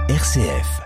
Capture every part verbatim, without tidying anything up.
R C F.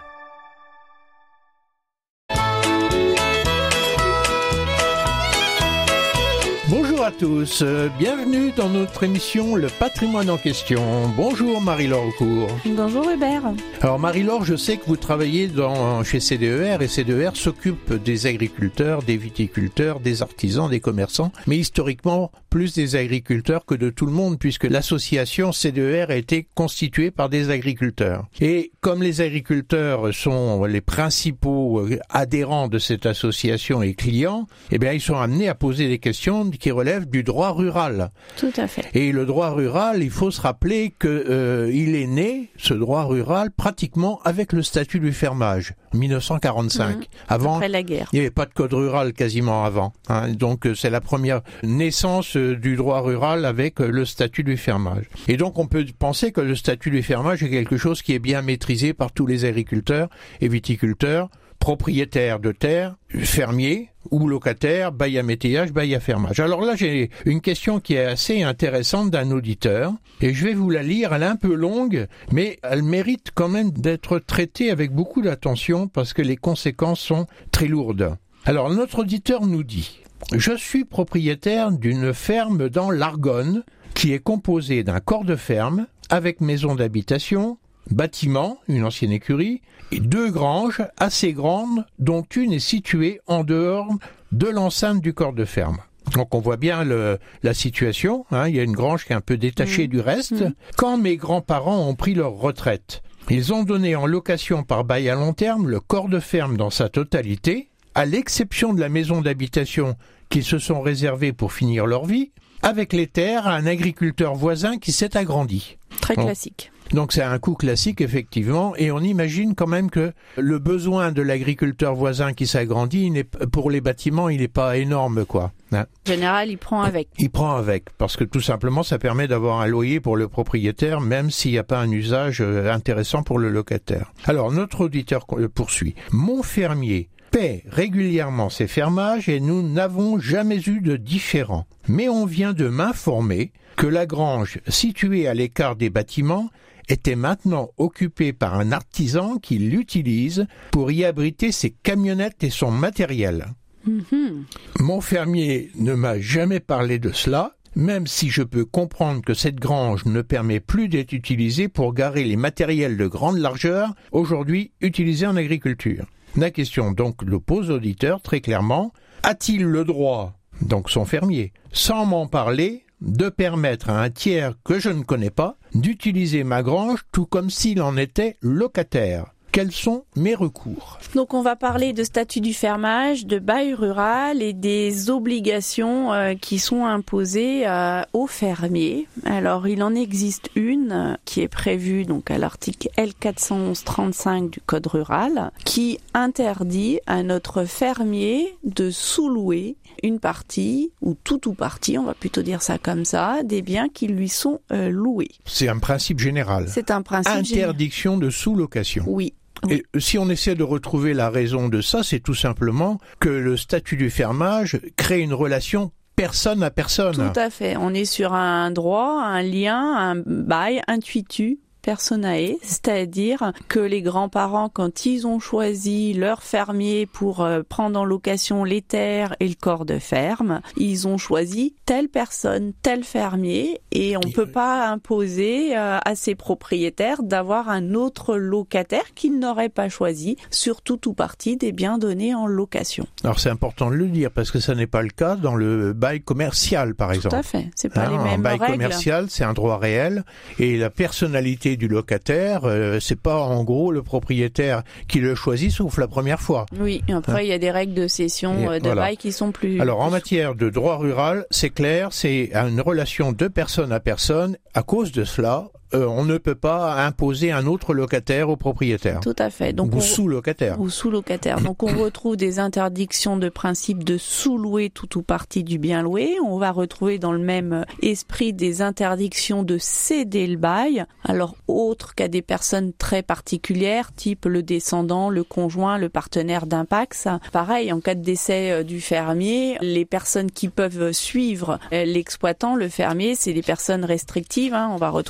Bonjour à tous, euh, bienvenue dans notre émission Le Patrimoine en question. Bonjour Marie-Laure Aucourt. Bonjour Hubert. Alors Marie-Laure, je sais que vous travaillez dans, chez C D E R et C D E R s'occupe des agriculteurs, des viticulteurs, des artisans, des commerçants, mais historiquement plus des agriculteurs que de tout le monde puisque l'association C D E R a été constituée par des agriculteurs. Et comme les agriculteurs sont les principaux adhérents de cette association et clients, eh bien ils sont amenés à poser des questions qui relève du droit rural. Tout à fait. Et le droit rural, il faut se rappeler que euh, il est né, ce droit rural, pratiquement avec le statut du fermage, en dix-neuf cent quarante-cinq. Mmh. Avant, après la guerre. Il n'y avait pas de code rural quasiment avant. Hein. Donc euh, c'est la première naissance euh, du droit rural avec euh, le statut du fermage. Et donc on peut penser que le statut du fermage est quelque chose qui est bien maîtrisé par tous les agriculteurs et viticulteurs, propriétaires de terres, fermiers ou locataires, bail à métayage, bail à fermage. Alors là, j'ai une question qui est assez intéressante d'un auditeur, et je vais vous la lire. Elle est un peu longue, mais elle mérite quand même d'être traitée avec beaucoup d'attention parce que les conséquences sont très lourdes. Alors, notre auditeur nous dit « Je suis propriétaire d'une ferme dans l'Argonne qui est composée d'un corps de ferme avec maison d'habitation, bâtiment, une ancienne écurie, et deux granges assez grandes, dont une est située en dehors de l'enceinte du corps de ferme. » Donc on voit bien le, la situation, hein, il y a une grange qui est un peu détachée mmh. du reste. Mmh. Quand mes grands-parents ont pris leur retraite, ils ont donné en location par bail à long terme le corps de ferme dans sa totalité, à l'exception de la maison d'habitation qu'ils se sont réservées pour finir leur vie, avec les terres à un agriculteur voisin qui s'est agrandi. Très Donc, classique. Donc c'est un coût classique effectivement, et on imagine quand même que le besoin de l'agriculteur voisin qui s'agrandit, il n'est, pour les bâtiments, il n'est pas énorme quoi. Hein. En général, il prend avec. Il prend avec, parce que tout simplement ça permet d'avoir un loyer pour le propriétaire, même s'il n'y a pas un usage intéressant pour le locataire. Alors notre auditeur poursuit. Mon fermier paie régulièrement ses fermages et nous n'avons jamais eu de différend. Mais on vient de m'informer que la grange située à l'écart des bâtiments était maintenant occupée par un artisan qui l'utilise pour y abriter ses camionnettes et son matériel. Mmh. Mon fermier ne m'a jamais parlé de cela, même si je peux comprendre que cette grange ne permet plus d'être utilisée pour garer les matériels de grande largeur, aujourd'hui utilisés en agriculture. La question donc le pose auditeur très clairement, a-t-il le droit, donc son fermier, sans m'en parler, de permettre à un tiers que je ne connais pas d'utiliser ma grange tout comme s'il en était locataire? Quels sont mes recours? Donc on va parler de statut du fermage, de bail rural et des obligations euh, qui sont imposées euh, aux fermiers. Alors il en existe une euh, qui est prévue donc à l'article L quatre cent onze trente-cinq du Code rural qui interdit à notre fermier de sous-louer une partie, ou tout ou partie, on va plutôt dire ça comme ça, des biens qui lui sont euh, loués. C'est un principe général. C'est un principe Interdiction général. de sous-location. Oui. Oui. Et si on essaie de retrouver la raison de ça, c'est tout simplement que le statut du fermage crée une relation personne à personne. Tout à fait. On est sur un droit, un lien, un bail intuitu. Personae, c'est-à-dire que les grands-parents, quand ils ont choisi leur fermier pour euh, prendre en location les terres et le corps de ferme, ils ont choisi telle personne, tel fermier, et on ne peut pas imposer euh, à ses propriétaires d'avoir un autre locataire qu'ils n'auraient pas choisi sur tout ou partie des biens donnés en location. Alors c'est important de le dire parce que ça n'est pas le cas dans le bail commercial, par exemple. Tout à fait, c'est pas hein, les mêmes règles. Un bail règles. commercial, c'est un droit réel, et la personnalité du locataire, euh, c'est pas en gros le propriétaire qui le choisit sauf la première fois. Oui, et après hein. il y a des règles de cession et, de voilà. bail qui sont plus... Alors en plus... matière de droit rural, c'est clair, c'est une relation de personne à personne. À cause de cela, euh, on ne peut pas imposer un autre locataire au propriétaire. Tout à fait. Donc ou on... sous-locataire. Ou sous-locataire. Donc on retrouve des interdictions de principe de sous-louer tout ou partie du bien loué. On va retrouver dans le même esprit des interdictions de céder le bail. Alors autre qu'à des personnes très particulières, type le descendant, le conjoint, le partenaire d'impax. Pareil, en cas de décès du fermier, les personnes qui peuvent suivre l'exploitant, le fermier, c'est des personnes restrictives. Hein. On va retrouver les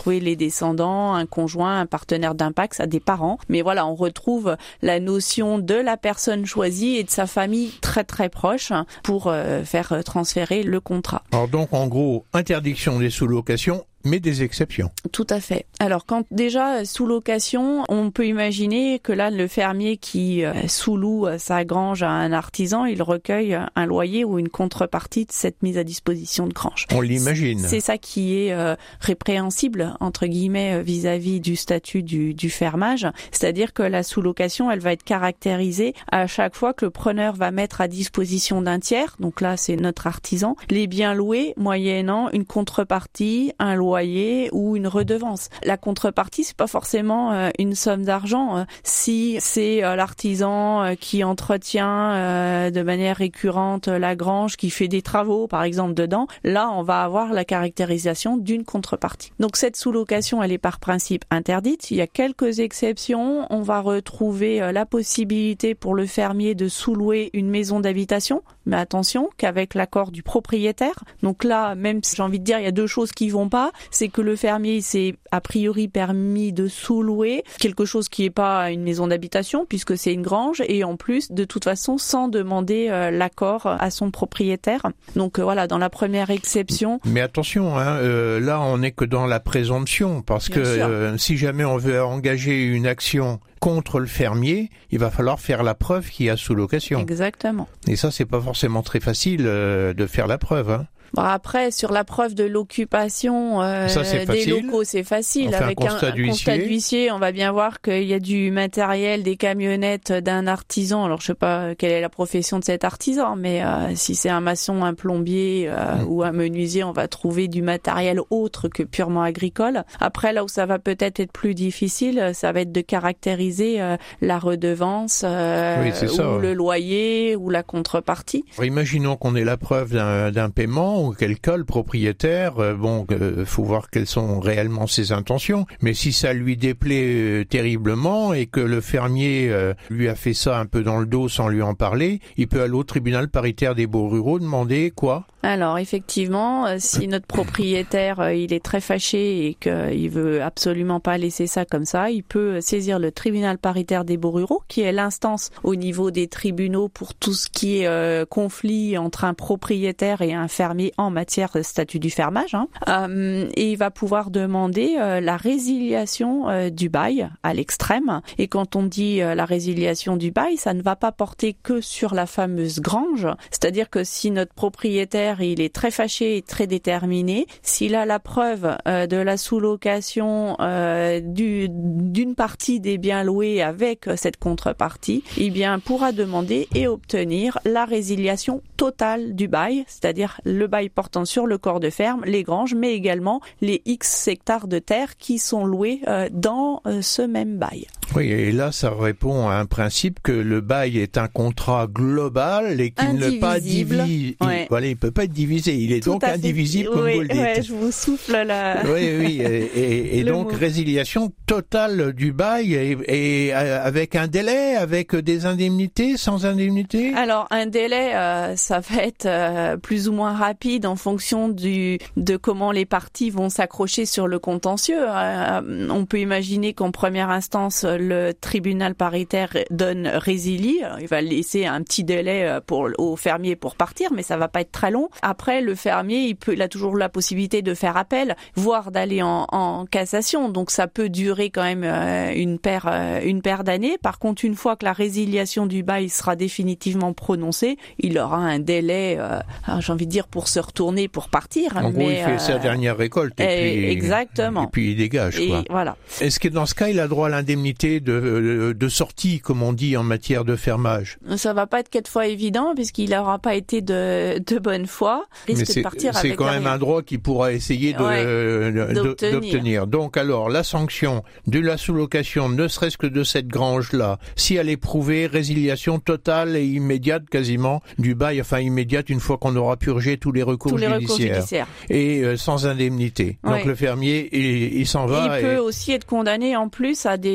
descendants, un conjoint, un partenaire d'impact, à des parents. Mais voilà, on retrouve la notion de la personne choisie et de sa famille très très proche pour euh, faire transférer le contrat. Alors donc en gros, interdiction des sous-locations, mais des exceptions. Tout à fait. Alors quand déjà sous location, on peut imaginer que là le fermier qui euh, sous-loue sa grange à un artisan, il recueille un loyer ou une contrepartie de cette mise à disposition de grange. On l'imagine. C'est ça qui est euh, répréhensible entre guillemets vis-à-vis du statut du, du fermage, c'est-à-dire que la sous-location, elle va être caractérisée à chaque fois que le preneur va mettre à disposition d'un tiers, donc là c'est notre artisan, les biens loués moyennant une contrepartie, un loyer ou une redevance. La contrepartie, c'est pas forcément euh, une somme d'argent. Si c'est euh, l'artisan euh, qui entretient euh, de manière récurrente la grange, qui fait des travaux, par exemple, dedans, là, on va avoir la caractérisation d'une contrepartie. Donc, cette sous-location, elle est par principe interdite. Il y a quelques exceptions. On va retrouver euh, la possibilité pour le fermier de sous-louer une maison d'habitation, mais attention qu'avec l'accord du propriétaire. Donc là, même si j'ai envie de dire, il y a deux choses qui vont pas, c'est que le fermier s'est a priori permis de sous-louer quelque chose qui n'est pas une maison d'habitation puisque c'est une grange et en plus de toute façon sans demander euh, l'accord à son propriétaire. Donc euh, voilà, dans la première exception. Mais attention, hein, euh, là on n'est que dans la présomption parce Bien que euh, si jamais on veut engager une action contre le fermier, il va falloir faire la preuve qu'il y a sous-location. Exactement. Et ça, c'est pas forcément très facile euh, de faire la preuve, hein. Bon, après, sur la preuve de l'occupation euh, Ça, des locaux, c'est facile. Avec un constat, un, un constat d'huissier, on va bien voir qu'il y a du matériel, des camionnettes d'un artisan. Alors, je sais pas quelle est la profession de cet artisan, mais euh, si c'est un maçon, un plombier euh, mmh. ou un menuisier, on va trouver du matériel autre que purement agricole. Après, là où ça va peut-être être plus difficile, ça va être de caractériser euh, la redevance euh, oui, ça, ou ouais. le loyer ou la contrepartie. Alors, imaginons qu'on ait la preuve d'un, d'un paiement. Auquel cas le propriétaire, euh, bon, euh, faut voir quelles sont réellement ses intentions. Mais si ça lui déplaît euh, terriblement et que le fermier euh, lui a fait ça un peu dans le dos sans lui en parler, il peut aller au tribunal paritaire des baux ruraux demander quoi ? Alors effectivement, euh, si notre propriétaire euh, il est très fâché et qu'il veut absolument pas laisser ça comme ça, il peut saisir le tribunal paritaire des baux ruraux, qui est l'instance au niveau des tribunaux pour tout ce qui est euh, conflit entre un propriétaire et un fermier en matière de statut du fermage. Hein. Euh, et il va pouvoir demander euh, la résiliation euh, du bail à l'extrême. Et quand on dit euh, la résiliation du bail, ça ne va pas porter que sur la fameuse grange. C'est-à-dire que si notre propriétaire il est très fâché et très déterminé, s'il a la preuve euh, de la sous-location euh, du, d'une partie des biens loués avec euh, cette contrepartie, eh bien pourra demander et obtenir la résiliation totale du bail, c'est-à-dire le bail portant sur le corps de ferme, les granges, mais également les X hectares de terre qui sont loués euh, dans euh, ce même bail. Oui, et là, ça répond à un principe que le bail est un contrat global et qu'il ne pas divise. Ouais. Il, voilà, il peut pas être divisé. Il est Tout donc indivisible, fait. comme oui, vous le dites. Ouais, je vous souffle là. Oui, oui, et, et, et donc mot. Résiliation totale du bail et, et avec un délai, avec des indemnités, sans indemnité. Alors un délai, euh, ça va être euh, plus ou moins rapide en fonction du de comment les parties vont s'accrocher sur le contentieux. Euh, on peut imaginer qu'en première instance, le tribunal paritaire donne résilie. Il va laisser un petit délai pour au fermier pour partir, mais ça va pas être très long. Après, le fermier, il peut, il a toujours la possibilité de faire appel, voire d'aller en, en cassation. Donc ça peut durer quand même euh, une paire, euh, une paire d'années. Par contre, une fois que la résiliation du bail sera définitivement prononcée, il aura un délai, euh, j'ai envie de dire, pour se retourner, pour partir. En gros, mais, il fait euh, sa dernière récolte et, et puis exactement. Et puis il dégage. Et quoi. Voilà. Est-ce que dans ce cas, il a droit à l'indemnité de, de sortie, comme on dit en matière de fermage? Ça va pas être quatre fois évident puisqu'il n'aura pas été de, de bonne foi. Mais c'est, c'est quand même un droit qu'il pourra essayer de, ouais, de, d'obtenir. d'obtenir. Donc alors, la sanction de la sous-location, ne serait-ce que de cette grange-là, si elle est prouvée, résiliation totale et immédiate quasiment du bail, enfin immédiate une fois qu'on aura purgé tous les recours, tous les judiciaires, recours judiciaires. Et euh, sans indemnité. Ouais. Donc le fermier, il, il s'en va. Il et... peut aussi être condamné en plus à des dommages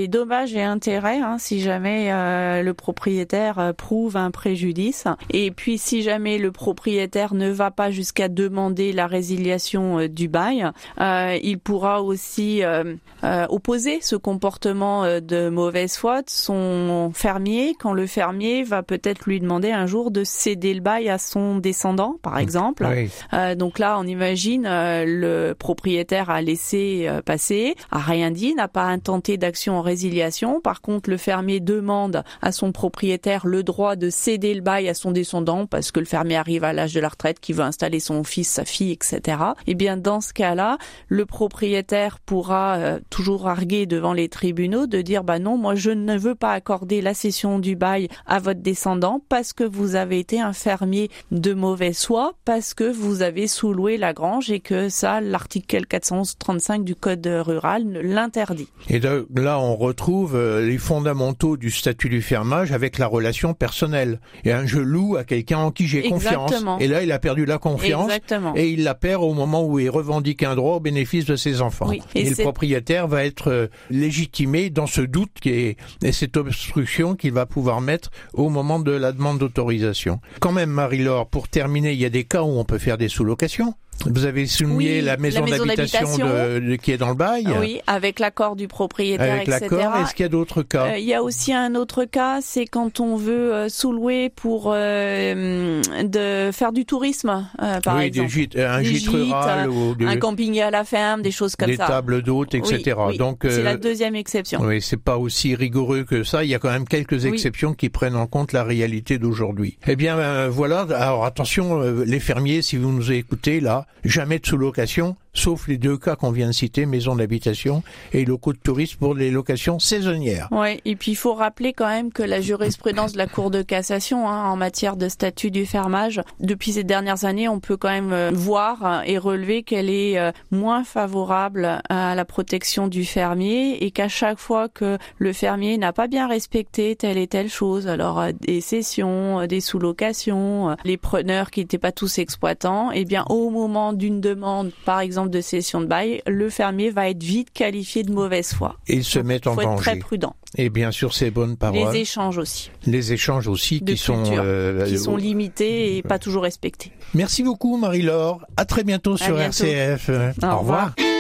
dommages et intérêts, hein, si jamais euh, le propriétaire euh, prouve un préjudice. Et puis si jamais le propriétaire ne va pas jusqu'à demander la résiliation euh, du bail, euh, il pourra aussi euh, euh, opposer ce comportement euh, de mauvaise foi de son fermier, quand le fermier va peut-être lui demander un jour de céder le bail à son descendant, par exemple. Oui. Euh, donc là, on imagine euh, le propriétaire a laissé euh, passer, a rien dit, n'a pas intenté d'action en résiliation. Par contre, le fermier demande à son propriétaire le droit de céder le bail à son descendant parce que le fermier arrive à l'âge de la retraite, qui veut installer son fils, sa fille, et cetera. Et bien, dans ce cas-là, le propriétaire pourra euh, toujours arguer devant les tribunaux de dire bah non, moi je ne veux pas accorder la cession du bail à votre descendant parce que vous avez été un fermier de mauvaise foi, parce que vous avez sous-loué la grange et que ça, l'article quatre cent trente-cinq du Code rural l'interdit. Et de, là, on retrouve les fondamentaux du statut du fermage avec la relation personnelle. Et un je loue à quelqu'un en qui j'ai Exactement. confiance. Et là, il a perdu la confiance. Exactement. Et il la perd au moment où il revendique un droit au bénéfice de ses enfants. Oui. Et, et le propriétaire va être légitimé dans ce doute qui est, et cette obstruction qu'il va pouvoir mettre au moment de la demande d'autorisation. Quand même, Marie-Laure, pour terminer, il y a des cas où on peut faire des sous-locations. Vous avez souligné oui, la maison, la maison d'habitation, d'habitation. De, de, qui est dans le bail. Oui, avec l'accord du propriétaire, avec et cetera. L'accord, est-ce qu'il y a d'autres cas? euh, Il y a aussi un autre cas, c'est quand on veut euh, sous-louer pour euh, de faire du tourisme, euh, par oui, exemple. Des gîtes, un des gîte gîtes, rural. Euh, ou de, un camping à la ferme, des choses comme des ça. Des tables d'hôtes, et cetera. Oui, oui. Donc, c'est euh, la deuxième exception. Oui, c'est pas aussi rigoureux que ça. Il y a quand même quelques exceptions oui. qui prennent en compte la réalité d'aujourd'hui. Eh bien, euh, voilà. Alors, attention, euh, les fermiers, si vous nous écoutez, là, jamais de sous-location. Sauf les deux cas qu'on vient de citer, maison d'habitation et locaux de tourisme pour les locations saisonnières. Oui, et puis il faut rappeler quand même que la jurisprudence de la Cour de cassation hein, en matière de statut du fermage, depuis ces dernières années, on peut quand même voir et relever qu'elle est moins favorable à la protection du fermier et qu'à chaque fois que le fermier n'a pas bien respecté telle et telle chose, alors des cessions, des sous-locations, les preneurs qui n'étaient pas tous exploitants, et bien au moment d'une demande, par exemple, de cession de bail, le fermier va être vite qualifié de mauvaise foi. Et il se met en danger. Il faut être très prudent. Et bien sûr, ces bonnes paroles. Les échanges aussi. Les échanges aussi de qui sont euh, qui sont limités et pas toujours respectés. Merci beaucoup Marie-Laure. À très bientôt à sur bientôt. R C F. Au, Au revoir. revoir.